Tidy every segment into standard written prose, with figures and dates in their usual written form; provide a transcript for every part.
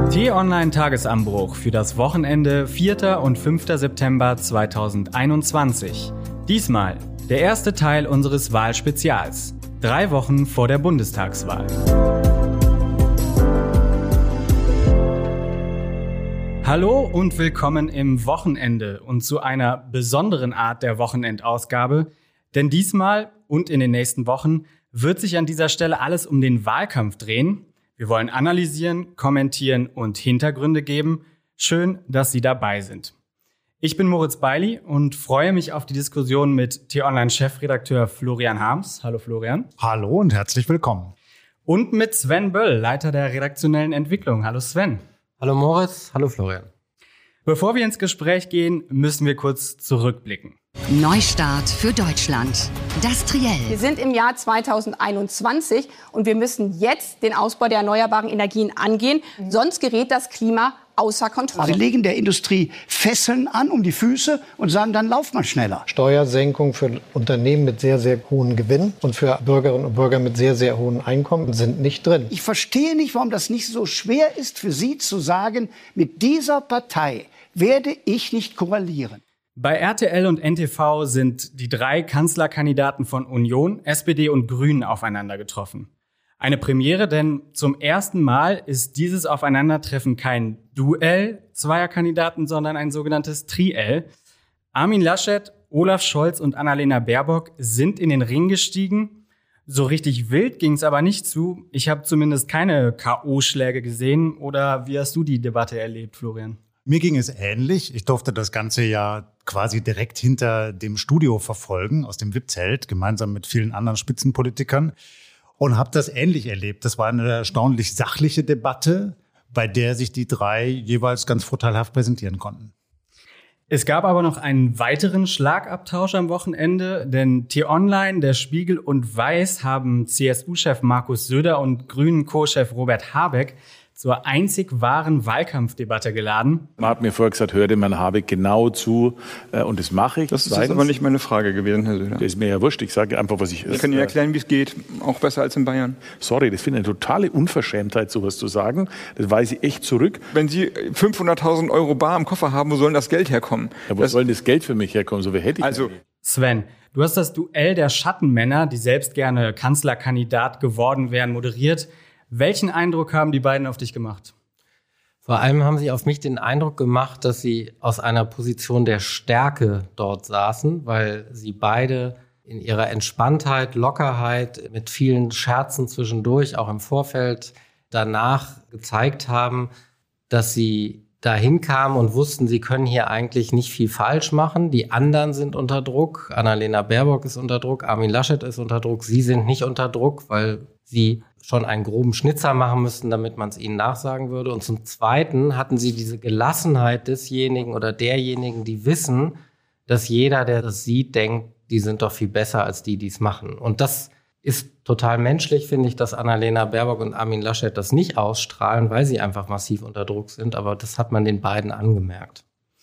T-Online-Tagesanbruch für das Wochenende 4. und 5. September 2021. Diesmal der erste Teil unseres Wahlspezials. 3 Wochen vor der Bundestagswahl. Hallo und willkommen im Wochenende und zu einer besonderen Art der Wochenendausgabe. Denn diesmal und in den nächsten Wochen wird sich an dieser Stelle alles um den Wahlkampf drehen. Wir wollen analysieren, kommentieren und Hintergründe geben. Schön, dass Sie dabei sind. Ich bin Moritz Beili und freue mich auf die Diskussion mit T-Online-Chefredakteur Florian Harms. Hallo Florian. Hallo und herzlich willkommen. Und mit Sven Böll, Leiter der redaktionellen Entwicklung. Hallo Sven. Hallo Moritz, hallo Florian. Bevor wir ins Gespräch gehen, müssen wir kurz zurückblicken. Neustart für Deutschland. Das Triell. Wir sind im Jahr 2021 und wir müssen jetzt den Ausbau der erneuerbaren Energien angehen, sonst gerät das Klima außer Kontrolle. Wir legen der Industrie Fesseln an um die Füße und sagen, dann lauf mal schneller. Steuersenkung für Unternehmen mit sehr, sehr hohen Gewinnen und für Bürgerinnen und Bürger mit sehr, sehr hohen Einkommen sind nicht drin. Ich verstehe nicht, warum das nicht so schwer ist für Sie zu sagen, mit dieser Partei werde ich nicht koalieren. Bei RTL und NTV sind die 3 Kanzlerkandidaten von Union, SPD und Grünen aufeinander getroffen. Eine Premiere, denn zum ersten Mal ist dieses Aufeinandertreffen kein Duell zweier Kandidaten, sondern ein sogenanntes Triell. Armin Laschet, Olaf Scholz und Annalena Baerbock sind in den Ring gestiegen. So richtig wild ging es aber nicht zu. Ich habe zumindest keine K.O.-Schläge gesehen. Oder wie hast du die Debatte erlebt, Florian? Mir ging es ähnlich. Ich durfte das Ganze ja quasi direkt hinter dem Studio verfolgen, aus dem VIP-Zelt, gemeinsam mit vielen anderen Spitzenpolitikern. Und habe das ähnlich erlebt. Das war eine erstaunlich sachliche Debatte, bei der sich die 3 jeweils ganz vorteilhaft präsentieren konnten. Es gab aber noch einen weiteren Schlagabtausch am Wochenende, denn T-Online, der Spiegel und Weiß haben CSU-Chef Markus Söder und Grünen-Co-Chef Robert Habeck zur einzig wahren Wahlkampfdebatte geladen. Man hat mir vorher gesagt, hör dem Herrn Habeck genau zu und das mache ich. Das ist jetzt aber nicht meine Frage gewesen, Herr Söder. Das ist mir ja wurscht, ich sage einfach, was ich... Ich kann Ihnen erklären, wie es geht, auch besser als in Bayern. Sorry, das finde ich eine totale Unverschämtheit, sowas zu sagen. Das weise ich echt zurück. Wenn Sie 500.000 Euro bar im Koffer haben, wo soll das Geld herkommen? Ja, wo soll das Geld für mich herkommen? So viel hätte ich also nicht. Sven, du hast das Duell der Schattenmänner, die selbst gerne Kanzlerkandidat geworden wären, moderiert. Welchen Eindruck haben die beiden auf dich gemacht? Vor allem haben sie auf mich den Eindruck gemacht, dass sie aus einer Position der Stärke dort saßen, weil sie beide in ihrer Entspanntheit, Lockerheit, mit vielen Scherzen zwischendurch, auch im Vorfeld, danach gezeigt haben, dass sie dahin kamen und wussten, sie können hier eigentlich nicht viel falsch machen. Die anderen sind unter Druck. Annalena Baerbock ist unter Druck, Armin Laschet ist unter Druck. Sie sind nicht unter Druck, weil sie schon einen groben Schnitzer machen müssten, damit man es ihnen nachsagen würde. Und zum Zweiten hatten sie diese Gelassenheit desjenigen oder derjenigen, die wissen, dass jeder, der das sieht, denkt, die sind doch viel besser als die, die es machen. Und das ist total menschlich, finde ich, dass Annalena Baerbock und Armin Laschet das nicht ausstrahlen, weil sie einfach massiv unter Druck sind. Aber das hat man den beiden angemerkt.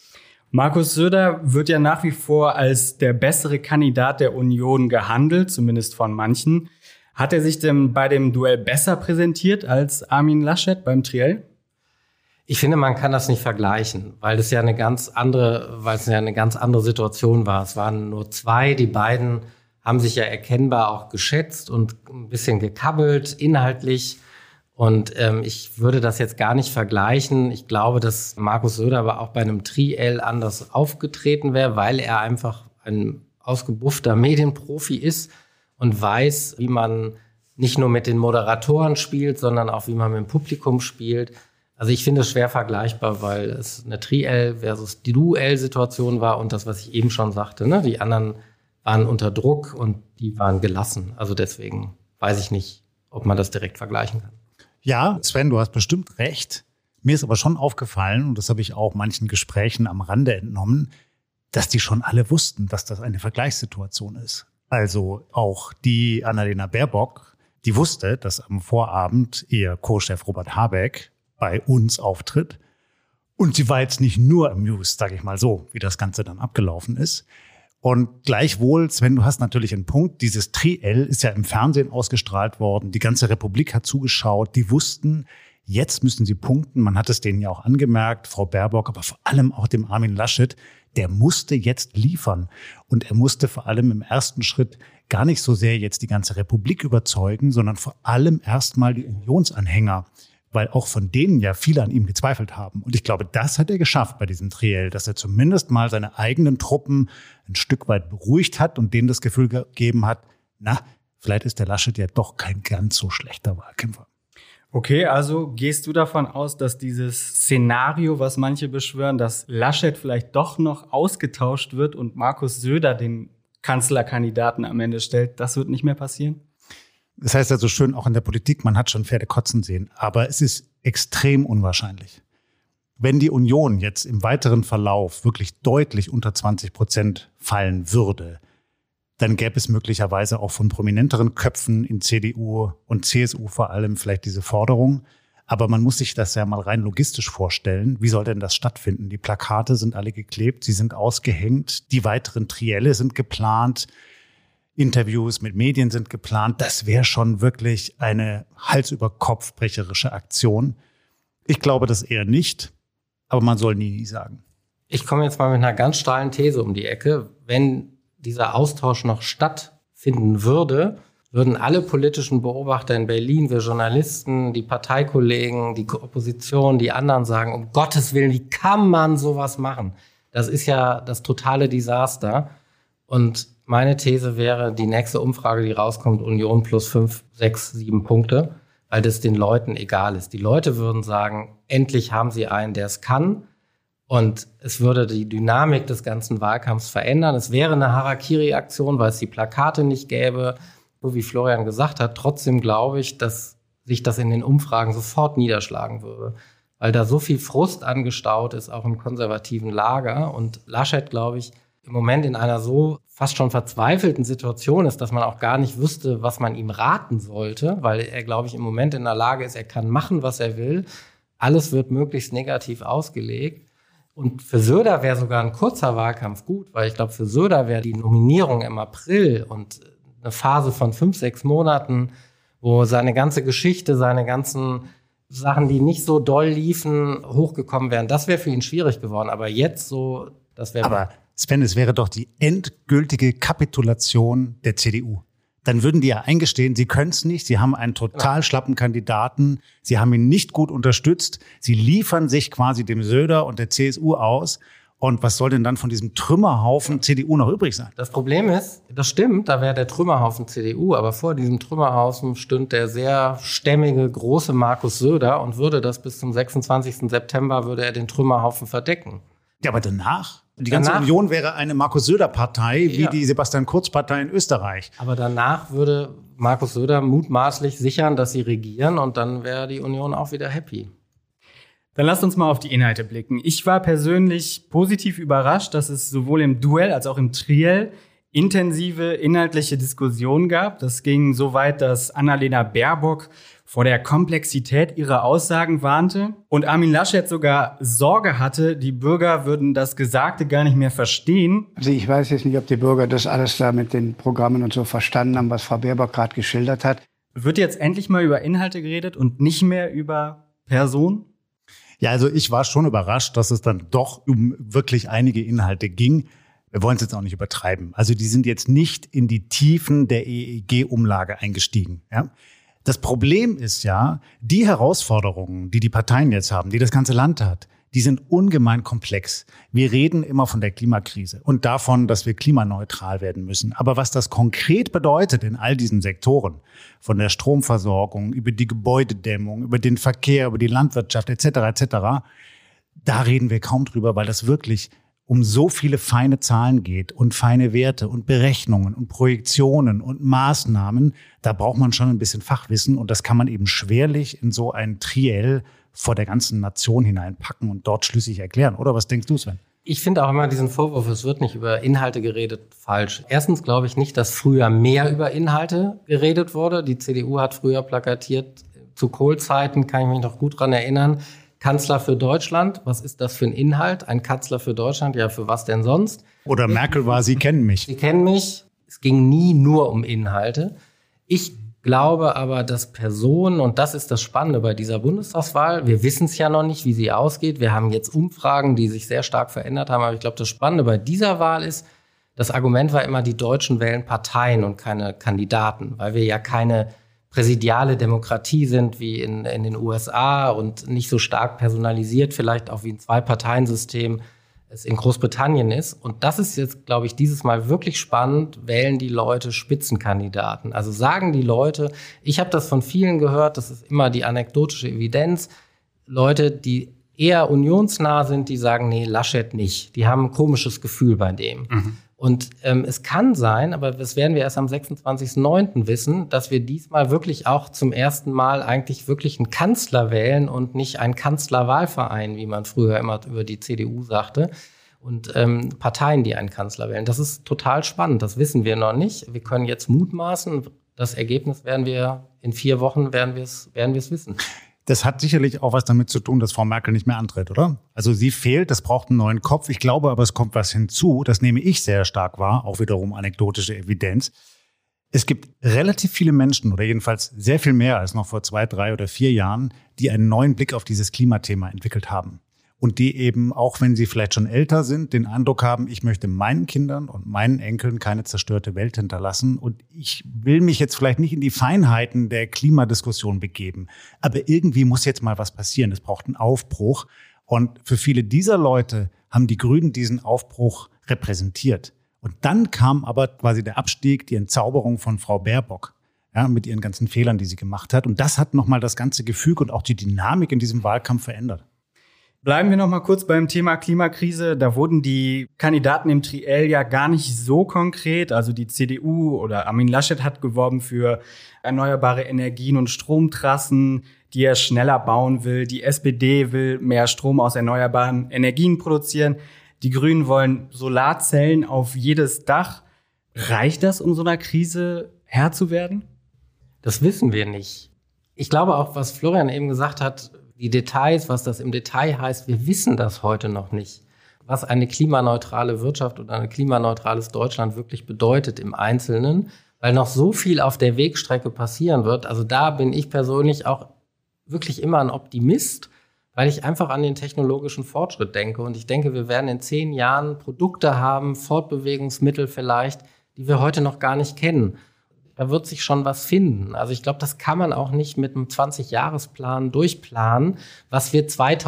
Markus Söder wird ja nach wie vor als der bessere Kandidat der Union gehandelt, zumindest von manchen. Hat er sich denn bei dem Duell besser präsentiert als Armin Laschet beim Triell? Ich finde, man kann das nicht vergleichen, weil es ja eine ganz andere Situation war. Es waren nur 2, die beiden haben sich ja erkennbar auch geschätzt und ein bisschen gekabbelt inhaltlich. Und ich würde das jetzt gar nicht vergleichen. Ich glaube, dass Markus Söder aber auch bei einem Triell anders aufgetreten wäre, weil er einfach ein ausgebuffter Medienprofi ist und weiß, wie man nicht nur mit den Moderatoren spielt, sondern auch wie man mit dem Publikum spielt. Also ich finde es schwer vergleichbar, weil es eine Triell versus Duell-Situation war und das, was ich eben schon sagte, ne? Die anderen waren unter Druck und die waren gelassen. Also deswegen weiß ich nicht, ob man das direkt vergleichen kann. Ja, Sven, du hast bestimmt recht. Mir ist aber schon aufgefallen, und das habe ich auch manchen Gesprächen am Rande entnommen, dass die schon alle wussten, dass das eine Vergleichssituation ist. Also auch die Annalena Baerbock, die wusste, dass am Vorabend ihr Co-Chef Robert Habeck bei uns auftritt. Und sie war jetzt nicht nur amused, sage ich mal so, wie das Ganze dann abgelaufen ist. Und gleichwohl, Sven, du hast natürlich einen Punkt. Dieses Triell ist ja im Fernsehen ausgestrahlt worden. Die ganze Republik hat zugeschaut. Die wussten, Jetzt müssen sie punkten. Man hat es denen ja auch angemerkt, Frau Baerbock, aber vor allem auch dem Armin Laschet. Der musste jetzt liefern. Und er musste vor allem im ersten Schritt gar nicht so sehr jetzt die ganze Republik überzeugen, sondern vor allem erstmal die Unionsanhänger, weil auch von denen ja viele an ihm gezweifelt haben. Und ich glaube, das hat er geschafft bei diesem Triell, dass er zumindest mal seine eigenen Truppen ein Stück weit beruhigt hat und denen das Gefühl gegeben hat, na, vielleicht ist der Laschet ja doch kein ganz so schlechter Wahlkämpfer. Okay, also gehst du davon aus, dass dieses Szenario, was manche beschwören, dass Laschet vielleicht doch noch ausgetauscht wird und Markus Söder den Kanzlerkandidaten am Ende stellt, das wird nicht mehr passieren? Das heißt also schön, auch in der Politik, man hat schon Pferde kotzen sehen, aber es ist extrem unwahrscheinlich. Wenn die Union jetzt im weiteren Verlauf wirklich deutlich unter 20% fallen würde, dann gäbe es möglicherweise auch von prominenteren Köpfen in CDU und CSU vor allem vielleicht diese Forderung. Aber man muss sich das ja mal rein logistisch vorstellen. Wie soll denn das stattfinden? Die Plakate sind alle geklebt, sie sind ausgehängt, die weiteren Trielle sind geplant, Interviews mit Medien sind geplant. Das wäre schon wirklich eine Hals-über-Kopf-brecherische Aktion. Ich glaube das eher nicht, aber man soll nie sagen. Ich komme jetzt mal mit einer ganz steilen These um die Ecke. Wenn dieser Austausch noch stattfinden würde, würden alle politischen Beobachter in Berlin, wir Journalisten, die Parteikollegen, die Opposition, die anderen sagen, um Gottes Willen, wie kann man sowas machen? Das ist ja das totale Desaster. Und meine These wäre, die nächste Umfrage, die rauskommt, Union plus 5, 6, 7 Punkte, weil das den Leuten egal ist. Die Leute würden sagen, endlich haben sie einen, der es kann. Und es würde die Dynamik des ganzen Wahlkampfs verändern. Es wäre eine Harakiri-Aktion, weil es die Plakate nicht gäbe. So wie Florian gesagt hat, trotzdem glaube ich, dass sich das in den Umfragen sofort niederschlagen würde. Weil da so viel Frust angestaut ist, auch im konservativen Lager. Und Laschet, glaube ich, im Moment in einer so fast schon verzweifelten Situation ist, dass man auch gar nicht wüsste, was man ihm raten sollte. Weil er, glaube ich, im Moment in der Lage ist, er kann machen, was er will. Alles wird möglichst negativ ausgelegt. Und für Söder wäre sogar ein kurzer Wahlkampf gut, weil ich glaube, für Söder wäre die Nominierung im April und eine Phase von 5, 6 Monaten, wo seine ganze Geschichte, seine ganzen Sachen, die nicht so doll liefen, hochgekommen wären. Das wäre für ihn schwierig geworden. Aber jetzt so, das wäre... Aber Sven, es wäre doch die endgültige Kapitulation der CDU. Dann würden die ja eingestehen, sie können es nicht, sie haben einen total schlappen Kandidaten, sie haben ihn nicht gut unterstützt, sie liefern sich quasi dem Söder und der CSU aus. Und was soll denn dann von diesem Trümmerhaufen CDU noch übrig sein? Das Problem ist, das stimmt, da wäre der Trümmerhaufen CDU, aber vor diesem Trümmerhaufen stünd der sehr stämmige, große Markus Söder und würde das bis zum 26. September, würde er den Trümmerhaufen verdecken. Ja, aber danach? Die ganze Union wäre eine Markus-Söder-Partei, wie die Sebastian-Kurz-Partei in Österreich. Aber danach würde Markus Söder mutmaßlich sichern, dass sie regieren und dann wäre die Union auch wieder happy. Dann lasst uns mal auf die Inhalte blicken. Ich war persönlich positiv überrascht, dass es sowohl im Duell als auch im Triell intensive inhaltliche Diskussionen gab. Das ging so weit, dass Annalena Baerbock vor der Komplexität ihrer Aussagen warnte und Armin Laschet sogar Sorge hatte, die Bürger würden das Gesagte gar nicht mehr verstehen. Also ich weiß jetzt nicht, ob die Bürger das alles da mit den Programmen und so verstanden haben, was Frau Baerbock gerade geschildert hat. Wird jetzt endlich mal über Inhalte geredet und nicht mehr über Personen? Ja, also ich war schon überrascht, dass es dann doch um wirklich einige Inhalte ging. Wir wollen es jetzt auch nicht übertreiben. Also die sind jetzt nicht in die Tiefen der EEG-Umlage eingestiegen. Ja? Das Problem ist ja, die Herausforderungen, die die Parteien jetzt haben, die das ganze Land hat, die sind ungemein komplex. Wir reden immer von der Klimakrise und davon, dass wir klimaneutral werden müssen. Aber was das konkret bedeutet in all diesen Sektoren, von der Stromversorgung, über die Gebäudedämmung, über den Verkehr, über die Landwirtschaft etc., da reden wir kaum drüber, weil das wirklich um so viele feine Zahlen geht und feine Werte und Berechnungen und Projektionen und Maßnahmen, da braucht man schon ein bisschen Fachwissen und das kann man eben schwerlich in so ein Triell vor der ganzen Nation hineinpacken und dort schlüssig erklären. Oder was denkst du, Sven? Ich finde auch immer diesen Vorwurf, es wird nicht über Inhalte geredet, falsch. Erstens glaube ich nicht, dass früher mehr über Inhalte geredet wurde. Die CDU hat früher plakatiert, zu Kohl-Zeiten kann ich mich noch gut dran erinnern, Kanzler für Deutschland, was ist das für ein Inhalt? Ein Kanzler für Deutschland, ja, für was denn sonst? Oder Merkel war, Sie kennen mich. Sie kennen mich. Es ging nie nur um Inhalte. Ich glaube aber, dass Personen, und das ist das Spannende bei dieser Bundestagswahl, wir wissen es ja noch nicht, wie sie ausgeht. Wir haben jetzt Umfragen, die sich sehr stark verändert haben. Aber ich glaube, das Spannende bei dieser Wahl ist, das Argument war immer, die Deutschen wählen Parteien und keine Kandidaten, weil wir ja keine präsidiale Demokratie sind wie in den USA und nicht so stark personalisiert, vielleicht auch wie ein Zwei-Parteien-System es in Großbritannien ist. Und das ist jetzt, glaube ich, dieses Mal wirklich spannend, wählen die Leute Spitzenkandidaten. Also sagen die Leute, ich habe das von vielen gehört, das ist immer die anekdotische Evidenz, Leute, die eher unionsnah sind, die sagen, nee, Laschet nicht. Die haben ein komisches Gefühl bei dem. Mhm. Und es kann sein, aber das werden wir erst am 26.09. wissen, dass wir diesmal wirklich auch zum ersten Mal eigentlich wirklich einen Kanzler wählen und nicht einen Kanzlerwahlverein, wie man früher immer über die CDU sagte, und Parteien, die einen Kanzler wählen. Das ist total spannend, das wissen wir noch nicht. Wir können jetzt mutmaßen, das Ergebnis werden wir in 4 Wochen werden wir es wissen. Das hat sicherlich auch was damit zu tun, dass Frau Merkel nicht mehr antritt, oder? Also sie fehlt, das braucht einen neuen Kopf. Ich glaube aber, es kommt was hinzu, das nehme ich sehr stark wahr, auch wiederum anekdotische Evidenz. Es gibt relativ viele Menschen, oder jedenfalls sehr viel mehr als noch vor 2, 3 oder 4 Jahren, die einen neuen Blick auf dieses Klimathema entwickelt haben. Und die eben, auch wenn sie vielleicht schon älter sind, den Eindruck haben, ich möchte meinen Kindern und meinen Enkeln keine zerstörte Welt hinterlassen. Und ich will mich jetzt vielleicht nicht in die Feinheiten der Klimadiskussion begeben. Aber irgendwie muss jetzt mal was passieren. Es braucht einen Aufbruch. Und für viele dieser Leute haben die Grünen diesen Aufbruch repräsentiert. Und dann kam aber quasi der Abstieg, die Entzauberung von Frau Baerbock, ja, mit ihren ganzen Fehlern, die sie gemacht hat. Und das hat nochmal das ganze Gefüge und auch die Dynamik in diesem Wahlkampf verändert. Bleiben wir noch mal kurz beim Thema Klimakrise. Da wurden die Kandidaten im Triell ja gar nicht so konkret. Also die CDU oder Armin Laschet hat geworben für erneuerbare Energien und Stromtrassen, die er schneller bauen will. Die SPD will mehr Strom aus erneuerbaren Energien produzieren. Die Grünen wollen Solarzellen auf jedes Dach. Reicht das, um so einer Krise Herr zu werden? Das wissen wir nicht. Ich glaube auch, was Florian eben gesagt hat, die Details, was das im Detail heißt, wir wissen das heute noch nicht. Was eine klimaneutrale Wirtschaft oder ein klimaneutrales Deutschland wirklich bedeutet im Einzelnen, weil noch so viel auf der Wegstrecke passieren wird. Also da bin ich persönlich auch wirklich immer ein Optimist, weil ich einfach an den technologischen Fortschritt denke. Und ich denke, wir werden in 10 Jahren Produkte haben, Fortbewegungsmittel vielleicht, die wir heute noch gar nicht kennen. Da wird sich schon was finden. Also ich glaube, das kann man auch nicht mit einem 20-Jahres-Plan durchplanen, was wir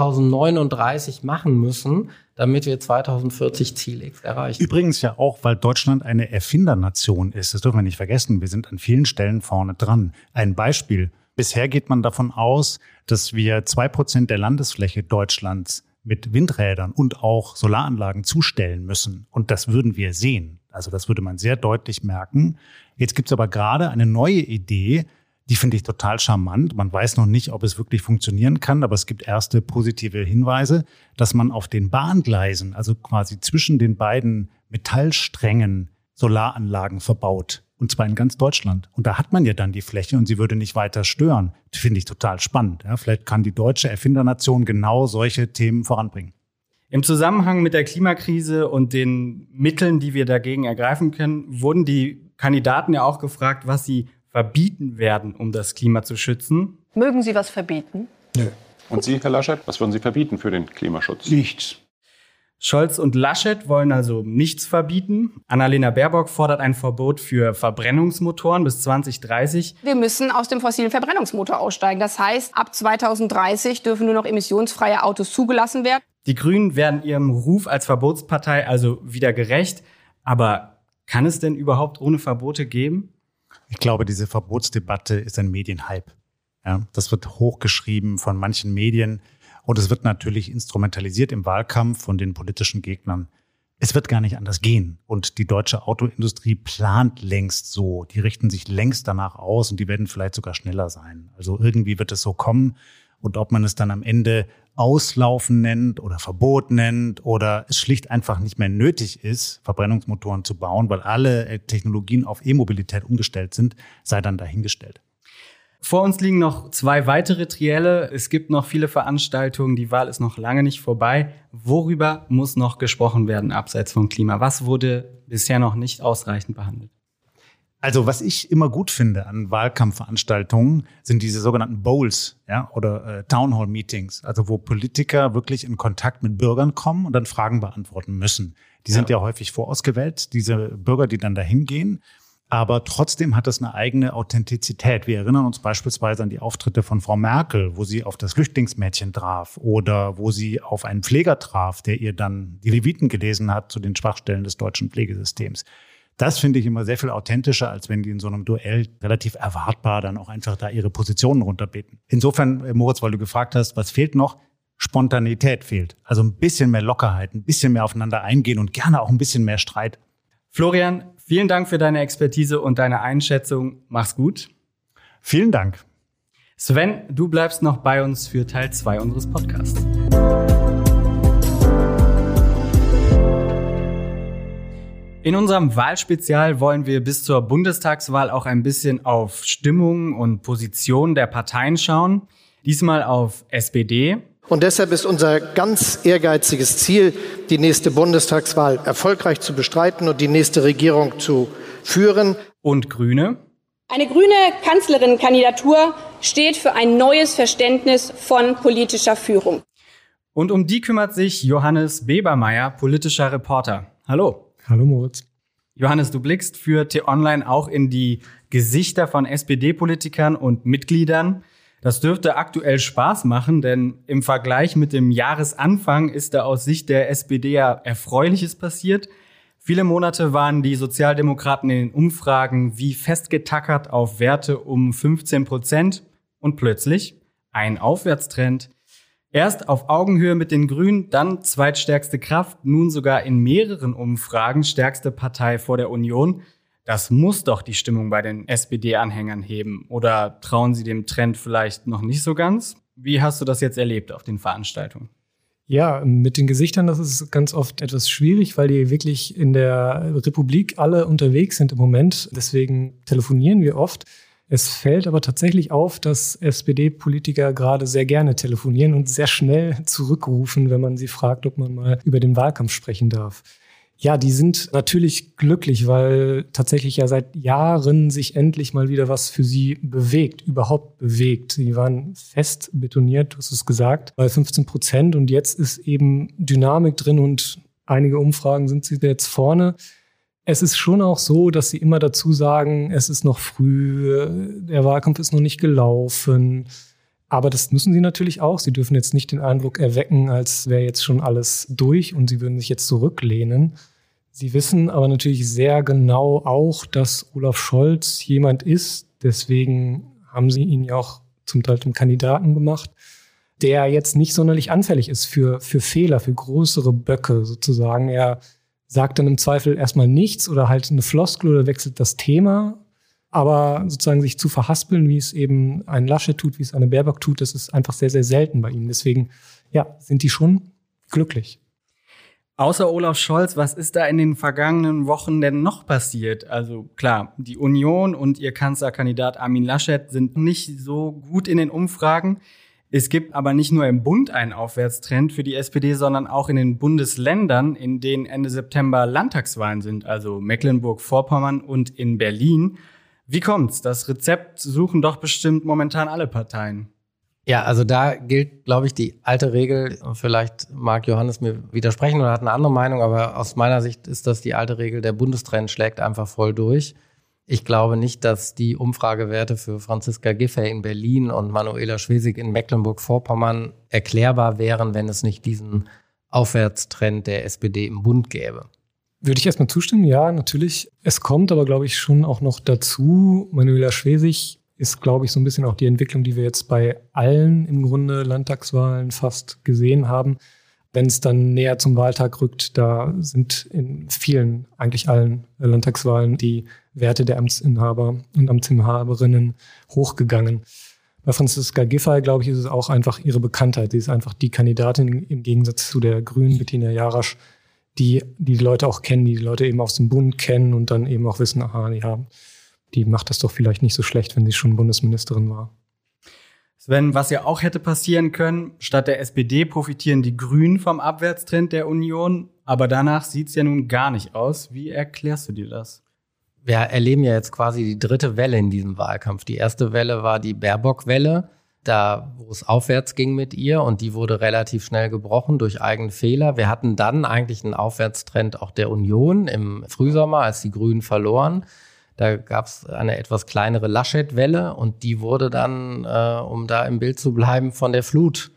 2039 machen müssen, damit wir 2040 Ziel X erreichen. Übrigens ja auch, weil Deutschland eine Erfindernation ist. Das dürfen wir nicht vergessen. Wir sind an vielen Stellen vorne dran. Ein Beispiel. Bisher geht man davon aus, dass wir 2% der Landesfläche Deutschlands mit Windrädern und auch Solaranlagen zustellen müssen. Und das würden wir sehen. Also das würde man sehr deutlich merken. Jetzt gibt es aber gerade eine neue Idee, die finde ich total charmant. Man weiß noch nicht, ob es wirklich funktionieren kann, aber es gibt erste positive Hinweise, dass man auf den Bahngleisen, also quasi zwischen den beiden Metallsträngen, Solaranlagen verbaut. Und zwar in ganz Deutschland. Und da hat man ja dann die Fläche und sie würde nicht weiter stören. Das finde ich total spannend. Ja, vielleicht kann die deutsche Erfindernation genau solche Themen voranbringen. Im Zusammenhang mit der Klimakrise und den Mitteln, die wir dagegen ergreifen können, wurden die Kandidaten ja auch gefragt, was sie verbieten werden, um das Klima zu schützen. Mögen Sie was verbieten? Nö. Und Sie, Herr Laschet, was würden Sie verbieten für den Klimaschutz? Nichts. Scholz und Laschet wollen also nichts verbieten. Annalena Baerbock fordert ein Verbot für Verbrennungsmotoren bis 2030. Wir müssen aus dem fossilen Verbrennungsmotor aussteigen. Das heißt, ab 2030 dürfen nur noch emissionsfreie Autos zugelassen werden. Die Grünen werden ihrem Ruf als Verbotspartei also wieder gerecht. Aber kann es denn überhaupt ohne Verbote geben? Ich glaube, diese Verbotsdebatte ist ein Medienhype. Ja, das wird hochgeschrieben von manchen Medien. Und es wird natürlich instrumentalisiert im Wahlkampf von den politischen Gegnern. Es wird gar nicht anders gehen. Und die deutsche Autoindustrie plant längst so. Die richten sich längst danach aus und die werden vielleicht sogar schneller sein. Also irgendwie wird es so kommen. Und ob man es dann am Ende Auslaufen nennt oder Verbot nennt oder es schlicht einfach nicht mehr nötig ist, Verbrennungsmotoren zu bauen, weil alle Technologien auf E-Mobilität umgestellt sind, sei dann dahingestellt. Vor uns liegen noch 2 weitere Trielle. Es gibt noch viele Veranstaltungen. Die Wahl ist noch lange nicht vorbei. Worüber muss noch gesprochen werden abseits vom Klima? Was wurde bisher noch nicht ausreichend behandelt? Also was ich immer gut finde an Wahlkampfveranstaltungen, sind diese sogenannten Bowls, ja, oder Townhall-Meetings, also wo Politiker wirklich in Kontakt mit Bürgern kommen und dann Fragen beantworten müssen. Die sind ja häufig vorausgewählt, diese Bürger, die dann dahin gehen. Aber trotzdem hat das eine eigene Authentizität. Wir erinnern uns beispielsweise an die Auftritte von Frau Merkel, wo sie auf das Flüchtlingsmädchen traf oder wo sie auf einen Pfleger traf, der ihr dann die Leviten gelesen hat zu den Schwachstellen des deutschen Pflegesystems. Das finde ich immer sehr viel authentischer, als wenn die in so einem Duell relativ erwartbar dann auch einfach da ihre Positionen runterbeten. Insofern, Moritz, weil du gefragt hast, was fehlt noch? Spontanität fehlt. Also ein bisschen mehr Lockerheit, ein bisschen mehr aufeinander eingehen und gerne auch ein bisschen mehr Streit. Florian, vielen Dank für deine Expertise und deine Einschätzung. Mach's gut. Vielen Dank. Sven, du bleibst noch bei uns für Teil 2 unseres Podcasts. In unserem Wahlspezial wollen wir bis zur Bundestagswahl auch ein bisschen auf Stimmung und Position der Parteien schauen. Diesmal auf SPD. Und deshalb ist unser ganz ehrgeiziges Ziel, die nächste Bundestagswahl erfolgreich zu bestreiten und die nächste Regierung zu führen. Und Grüne. Eine grüne Kanzlerinnenkandidatur steht für ein neues Verständnis von politischer Führung. Und um die kümmert sich Johannes Bebermeier, politischer Reporter. Hallo. Hallo Moritz. Johannes, du blickst für T-Online auch in die Gesichter von SPD-Politikern und Mitgliedern. Das dürfte aktuell Spaß machen, denn im Vergleich mit dem Jahresanfang ist da aus Sicht der SPD ja Erfreuliches passiert. Viele Monate waren die Sozialdemokraten in den Umfragen wie festgetackert auf Werte um 15% und plötzlich ein Aufwärtstrend. Erst auf Augenhöhe mit den Grünen, dann zweitstärkste Kraft, nun sogar in mehreren Umfragen stärkste Partei vor der Union. Das muss doch die Stimmung bei den SPD-Anhängern heben. Oder trauen Sie dem Trend vielleicht noch nicht so ganz? Wie hast du das jetzt erlebt auf den Veranstaltungen? Ja, mit den Gesichtern, das ist ganz oft etwas schwierig, weil die wirklich in der Republik alle unterwegs sind im Moment. Deswegen telefonieren wir oft. Es fällt aber tatsächlich auf, dass SPD-Politiker gerade sehr gerne telefonieren und sehr schnell zurückrufen, wenn man sie fragt, ob man mal über den Wahlkampf sprechen darf. Ja, die sind natürlich glücklich, weil tatsächlich ja seit Jahren sich endlich mal wieder was für sie überhaupt bewegt. Sie waren fest betoniert, du hast es gesagt, bei 15% und jetzt ist eben Dynamik drin und einige Umfragen sind sie jetzt vorne. Es ist schon auch so, dass sie immer dazu sagen, es ist noch früh, der Wahlkampf ist noch nicht gelaufen. Aber das müssen sie natürlich auch. Sie dürfen jetzt nicht den Eindruck erwecken, als wäre jetzt schon alles durch und sie würden sich jetzt zurücklehnen. Sie wissen aber natürlich sehr genau auch, dass Olaf Scholz jemand ist. Deswegen haben sie ihn ja auch zum Teil zum Kandidaten gemacht, der jetzt nicht sonderlich anfällig ist für Fehler, für größere Böcke sozusagen. Er sagt dann im Zweifel erstmal nichts oder halt eine Floskel oder wechselt das Thema. Aber sozusagen sich zu verhaspeln, wie es eben ein Laschet tut, wie es eine Baerbock tut, das ist einfach sehr, sehr selten bei ihnen. Deswegen, ja, sind die schon glücklich. Außer Olaf Scholz, was ist da in den vergangenen Wochen denn noch passiert? Also klar, die Union und ihr Kanzlerkandidat Armin Laschet sind nicht so gut in den Umfragen. Es gibt aber nicht nur im Bund einen Aufwärtstrend für die SPD, sondern auch in den Bundesländern, in denen Ende September Landtagswahlen sind, also Mecklenburg-Vorpommern und in Berlin. Wie kommt's? Das Rezept suchen doch bestimmt momentan alle Parteien. Ja, also da gilt, glaube ich, die alte Regel. Vielleicht mag Johannes mir widersprechen oder hat eine andere Meinung, aber aus meiner Sicht ist das die alte Regel. Der Bundestrend schlägt einfach voll durch. Ich glaube nicht, dass die Umfragewerte für Franziska Giffey in Berlin und Manuela Schwesig in Mecklenburg-Vorpommern erklärbar wären, wenn es nicht diesen Aufwärtstrend der SPD im Bund gäbe. Würde ich erstmal zustimmen, ja, natürlich. Es kommt aber, glaube ich, schon auch noch dazu. Manuela Schwesig ist, glaube ich, so ein bisschen auch die Entwicklung, die wir jetzt bei allen im Grunde Landtagswahlen fast gesehen haben. Wenn es dann näher zum Wahltag rückt, da sind in vielen, eigentlich allen Landtagswahlen die Werte der Amtsinhaber und Amtsinhaberinnen hochgegangen. Bei Franziska Giffey, glaube ich, ist es auch einfach ihre Bekanntheit. Sie ist einfach die Kandidatin im Gegensatz zu der Grünen Bettina Jarasch, die Leute auch kennen, die Leute eben aus dem Bund kennen und dann eben auch wissen, aha, die macht das doch vielleicht nicht so schlecht, wenn sie schon Bundesministerin war. Sven, was ja auch hätte passieren können, statt der SPD profitieren die Grünen vom Abwärtstrend der Union, aber danach sieht's ja nun gar nicht aus. Wie erklärst du dir das? Wir erleben ja jetzt quasi die dritte Welle in diesem Wahlkampf. Die erste Welle war die Baerbock-Welle, da wo es aufwärts ging mit ihr, und die wurde relativ schnell gebrochen durch eigene Fehler. Wir hatten dann eigentlich einen Aufwärtstrend auch der Union im Frühsommer, als die Grünen verloren. Da gab es eine etwas kleinere Laschet-Welle, und die wurde dann, um da im Bild zu bleiben, von der Flut,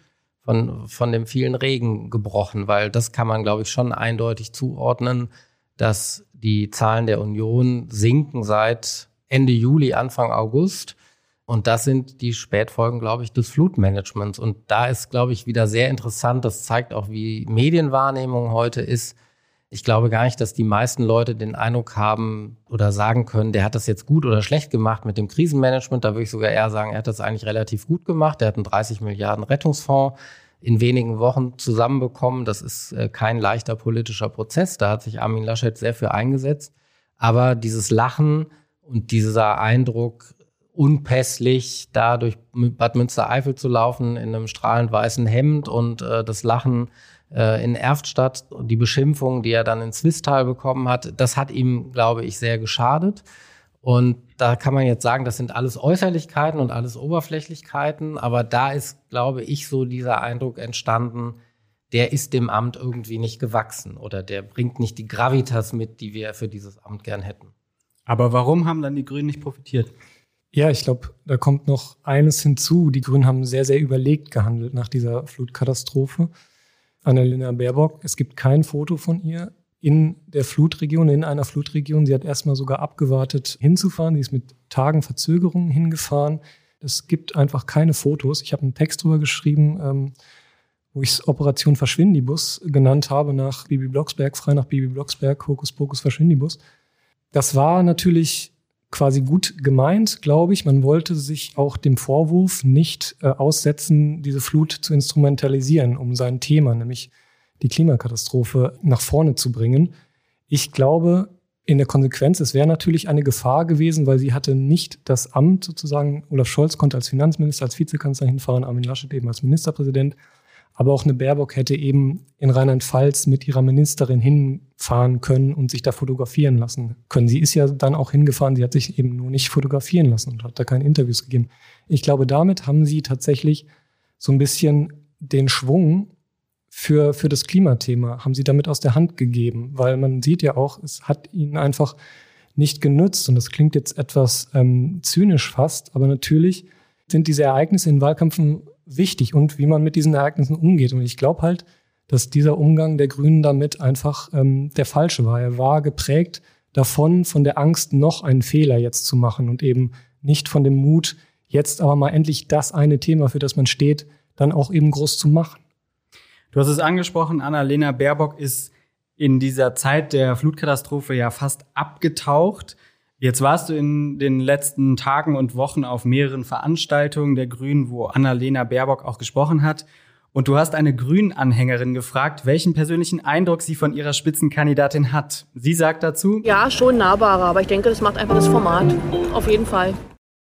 von dem vielen Regen gebrochen, weil das kann man, glaube ich, schon eindeutig zuordnen, dass die Zahlen der Union sinken seit Ende Juli, Anfang August. Und das sind die Spätfolgen, glaube ich, des Flutmanagements. Und da ist, glaube ich, wieder sehr interessant, das zeigt auch, wie Medienwahrnehmung heute ist. Ich glaube gar nicht, dass die meisten Leute den Eindruck haben oder sagen können, der hat das jetzt gut oder schlecht gemacht mit dem Krisenmanagement. Da würde ich sogar eher sagen, er hat das eigentlich relativ gut gemacht. Er hat einen 30 Milliarden Rettungsfonds in wenigen Wochen zusammenbekommen. Das ist kein leichter politischer Prozess. Da hat sich Armin Laschet sehr für eingesetzt. Aber dieses Lachen und dieser Eindruck, unpässlich da durch Bad Münstereifel zu laufen in einem strahlend weißen Hemd und das Lachen in Erftstadt, die Beschimpfung, die er dann in Swisttal bekommen hat, das hat ihm, glaube ich, sehr geschadet. Und da kann man jetzt sagen, das sind alles Äußerlichkeiten und alles Oberflächlichkeiten, aber da ist, glaube ich, so dieser Eindruck entstanden, der ist dem Amt irgendwie nicht gewachsen oder der bringt nicht die Gravitas mit, die wir für dieses Amt gern hätten. Aber warum haben dann die Grünen nicht profitiert? Ja, ich glaube, da kommt noch eines hinzu. Die Grünen haben sehr, sehr überlegt gehandelt nach dieser Flutkatastrophe. Annalena Baerbock, es gibt kein Foto von ihr in der Flutregion, in einer Flutregion. Sie hat erstmal sogar abgewartet, hinzufahren. Sie ist mit Tagen Verzögerungen hingefahren. Es gibt einfach keine Fotos. Ich habe einen Text drüber geschrieben, wo ich es Operation Verschwindibus genannt habe, nach Bibi Blocksberg, frei nach Bibi Blocksberg, Hokuspokus Verschwindibus. Das war natürlich quasi gut gemeint, glaube ich. Man wollte sich auch dem Vorwurf nicht aussetzen, diese Flut zu instrumentalisieren, um sein Thema, nämlich die Klimakatastrophe, nach vorne zu bringen. Ich glaube, in der Konsequenz, es wäre natürlich eine Gefahr gewesen, weil sie hatte nicht das Amt sozusagen. Olaf Scholz konnte als Finanzminister, als Vizekanzler hinfahren, Armin Laschet eben als Ministerpräsident. Aber auch eine Baerbock hätte eben in Rheinland-Pfalz mit ihrer Ministerin hinfahren können und sich da fotografieren lassen können. Sie ist ja dann auch hingefahren, sie hat sich eben nur nicht fotografieren lassen und hat da keine Interviews gegeben. Ich glaube, damit haben sie tatsächlich so ein bisschen den Schwung für das Klimathema, haben sie damit aus der Hand gegeben. Weil man sieht ja auch, es hat ihnen einfach nicht genützt. Und das klingt jetzt etwas zynisch fast, aber natürlich sind diese Ereignisse in Wahlkämpfen wichtig und wie man mit diesen Ereignissen umgeht. Und ich glaube halt, dass dieser Umgang der Grünen damit einfach der falsche war. Er war geprägt davon, von der Angst, noch einen Fehler jetzt zu machen und eben nicht von dem Mut, jetzt aber mal endlich das eine Thema, für das man steht, dann auch eben groß zu machen. Du hast es angesprochen, Annalena Baerbock ist in dieser Zeit der Flutkatastrophe ja fast abgetaucht. Jetzt warst du in den letzten Tagen und Wochen auf mehreren Veranstaltungen der Grünen, wo Annalena Baerbock auch gesprochen hat. Und du hast eine Grünen-Anhängerin gefragt, welchen persönlichen Eindruck sie von ihrer Spitzenkandidatin hat. Sie sagt dazu: Ja, schon nahbarer, aber ich denke, das macht einfach das Format. Auf jeden Fall.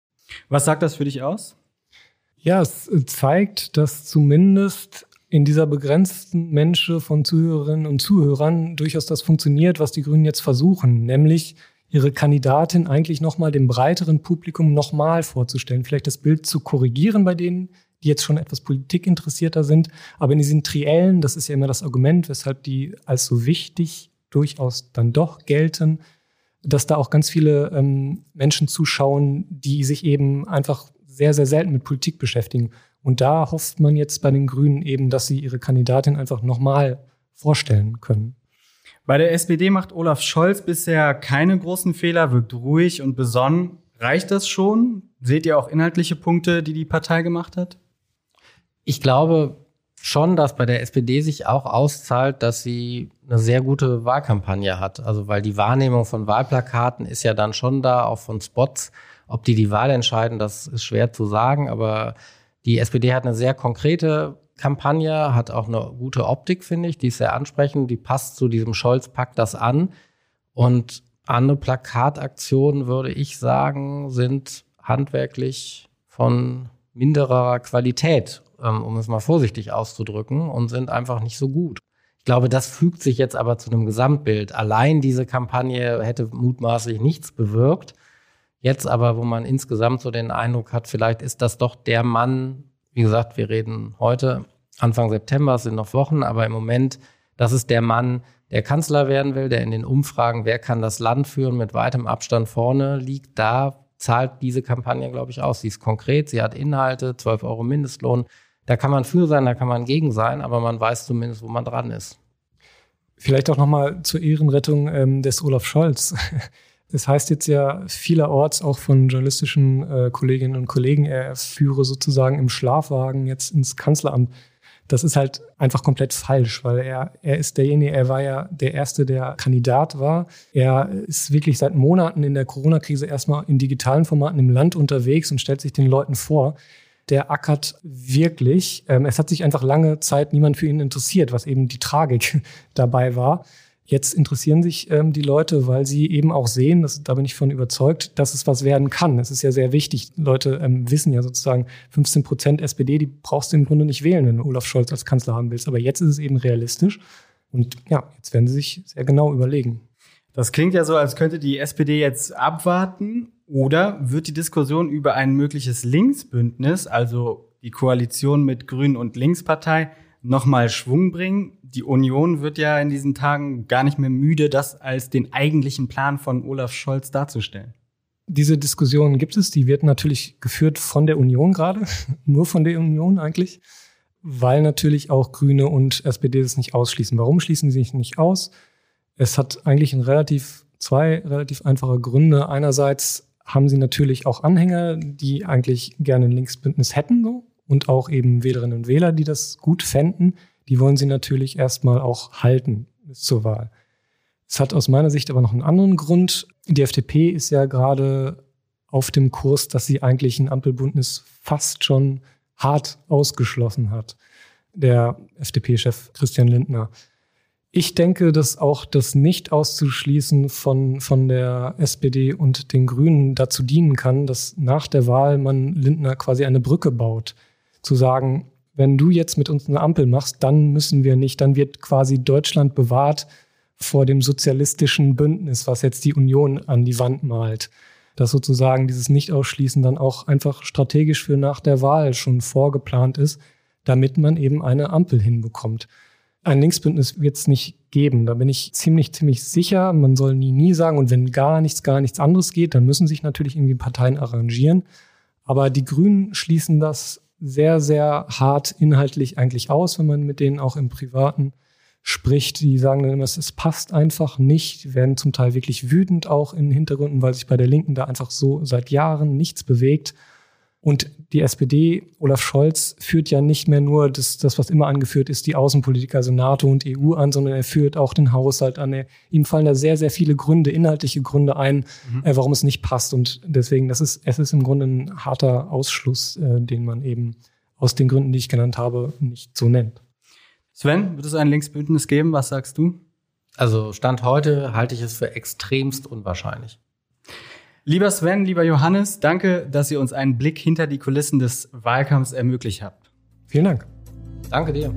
Was sagt das für dich aus? Ja, es zeigt, dass zumindest in dieser begrenzten Menge von Zuhörerinnen und Zuhörern durchaus das funktioniert, was die Grünen jetzt versuchen, nämlich ihre Kandidatin eigentlich nochmal dem breiteren Publikum nochmal vorzustellen, vielleicht das Bild zu korrigieren bei denen, die jetzt schon etwas politikinteressierter sind, aber in diesen Triellen, das ist ja immer das Argument, weshalb die als so wichtig durchaus dann doch gelten, dass da auch ganz viele Menschen zuschauen, die sich eben einfach sehr, sehr selten mit Politik beschäftigen. Und da hofft man jetzt bei den Grünen eben, dass sie ihre Kandidatin einfach nochmal vorstellen können. Bei der SPD macht Olaf Scholz bisher keine großen Fehler, wirkt ruhig und besonnen. Reicht das schon? Seht ihr auch inhaltliche Punkte, die die Partei gemacht hat? Ich glaube schon, dass bei der SPD sich auch auszahlt, dass sie eine sehr gute Wahlkampagne hat. Also weil die Wahrnehmung von Wahlplakaten ist ja dann schon da, auch von Spots. Ob die Wahl entscheiden, das ist schwer zu sagen, aber die SPD hat eine sehr konkrete Kampagne, hat auch eine gute Optik, finde ich. Die ist sehr ansprechend, die passt zu diesem Scholz, packt das an. Und andere Plakataktionen, würde ich sagen, sind handwerklich von minderer Qualität, um es mal vorsichtig auszudrücken, und sind einfach nicht so gut. Ich glaube, das fügt sich jetzt aber zu einem Gesamtbild. Allein diese Kampagne hätte mutmaßlich nichts bewirkt. Jetzt aber, wo man insgesamt so den Eindruck hat, vielleicht ist das doch der Mann, wie gesagt, wir reden heute, Anfang September, es sind noch Wochen, aber im Moment, das ist der Mann, der Kanzler werden will, der in den Umfragen, wer kann das Land führen, mit weitem Abstand vorne liegt. Da zahlt diese Kampagne, glaube ich, aus. Sie ist konkret, sie hat Inhalte, 12 € Mindestlohn. Da kann man für sein, da kann man gegen sein, aber man weiß zumindest, wo man dran ist. Vielleicht auch nochmal zur Ehrenrettung des Olaf Scholz. Es heißt jetzt ja vielerorts auch von journalistischen Kolleginnen und Kollegen, er führe sozusagen im Schlafwagen jetzt ins Kanzleramt. Das ist halt einfach komplett falsch, weil er ist derjenige, er war ja der Erste, der Kandidat war. Er ist wirklich seit Monaten in der Corona-Krise erstmal in digitalen Formaten im Land unterwegs und stellt sich den Leuten vor. Der ackert wirklich. Es hat sich einfach lange Zeit niemand für ihn interessiert, was eben die Tragik dabei war. Jetzt interessieren sich die Leute, weil sie eben auch sehen, da bin ich von überzeugt, dass es was werden kann. Es ist ja sehr wichtig. Leute wissen ja sozusagen, 15% SPD, die brauchst du im Grunde nicht wählen, wenn du Olaf Scholz als Kanzler haben willst. Aber jetzt ist es eben realistisch. Und ja, jetzt werden sie sich sehr genau überlegen. Das klingt ja so, als könnte die SPD jetzt abwarten. Oder wird die Diskussion über ein mögliches Linksbündnis, also die Koalition mit Grünen und Linkspartei, nochmal Schwung bringen? Die Union wird ja in diesen Tagen gar nicht mehr müde, das als den eigentlichen Plan von Olaf Scholz darzustellen. Diese Diskussion gibt es, die wird natürlich geführt von der Union gerade, nur von der Union eigentlich, weil natürlich auch Grüne und SPD das nicht ausschließen. Warum schließen sie sich nicht aus? Es hat eigentlich zwei relativ einfache Gründe. Einerseits haben sie natürlich auch Anhänger, die eigentlich gerne ein Linksbündnis hätten, so. Und auch eben Wählerinnen und Wähler, die das gut fänden. Die wollen sie natürlich erstmal auch halten bis zur Wahl. Es hat aus meiner Sicht aber noch einen anderen Grund. Die FDP ist ja gerade auf dem Kurs, dass sie eigentlich ein Ampelbündnis fast schon hart ausgeschlossen hat. Der FDP-Chef Christian Lindner. Ich denke, dass auch das Nicht-Auszuschließen von der SPD und den Grünen dazu dienen kann, dass nach der Wahl man Lindner quasi eine Brücke baut. Zu sagen, wenn du jetzt mit uns eine Ampel machst, dann müssen wir nicht, dann wird quasi Deutschland bewahrt vor dem sozialistischen Bündnis, was jetzt die Union an die Wand malt. Dass sozusagen dieses Nicht-Ausschließen dann auch einfach strategisch für nach der Wahl schon vorgeplant ist, damit man eben eine Ampel hinbekommt. Ein Linksbündnis wird es nicht geben. Da bin ich ziemlich sicher. Man soll nie sagen. Und wenn gar nichts anderes geht, dann müssen sich natürlich irgendwie Parteien arrangieren. Aber die Grünen schließen das sehr, sehr hart inhaltlich eigentlich aus, wenn man mit denen auch im Privaten spricht. Die sagen dann immer, es passt einfach nicht. Die werden zum Teil wirklich wütend auch in den Hintergründen, weil sich bei der Linken da einfach so seit Jahren nichts bewegt. Und die SPD, Olaf Scholz, führt ja nicht mehr nur das, was immer angeführt ist, die Außenpolitik, also NATO und EU an, sondern er führt auch den Haushalt an. Ihm fallen da sehr, sehr viele Gründe, inhaltliche Gründe ein, warum es nicht passt. Und deswegen, es ist im Grunde ein harter Ausschluss, den man eben aus den Gründen, die ich genannt habe, nicht so nennt. Sven, wird es ein Linksbündnis geben? Was sagst du? Also Stand heute halte ich es für extremst unwahrscheinlich. Lieber Sven, lieber Johannes, danke, dass ihr uns einen Blick hinter die Kulissen des Wahlkampfs ermöglicht habt. Vielen Dank. Danke dir.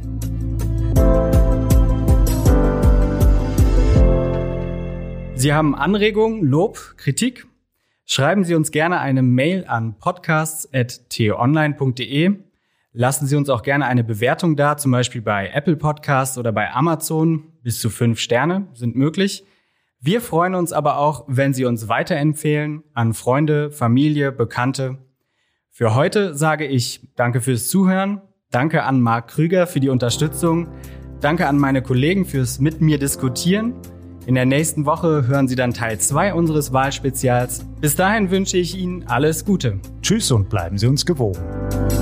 Sie haben Anregungen, Lob, Kritik? Schreiben Sie uns gerne eine Mail an podcasts@t-online.de. Lassen Sie uns auch gerne eine Bewertung da, zum Beispiel bei Apple Podcasts oder bei Amazon. Bis zu 5 Sterne sind möglich. Wir freuen uns aber auch, wenn Sie uns weiterempfehlen an Freunde, Familie, Bekannte. Für heute sage ich danke fürs Zuhören, danke an Marc Krüger für die Unterstützung, danke an meine Kollegen fürs mit mir diskutieren. In der nächsten Woche hören Sie dann Teil 2 unseres Wahlspezials. Bis dahin wünsche ich Ihnen alles Gute. Tschüss und bleiben Sie uns gewogen.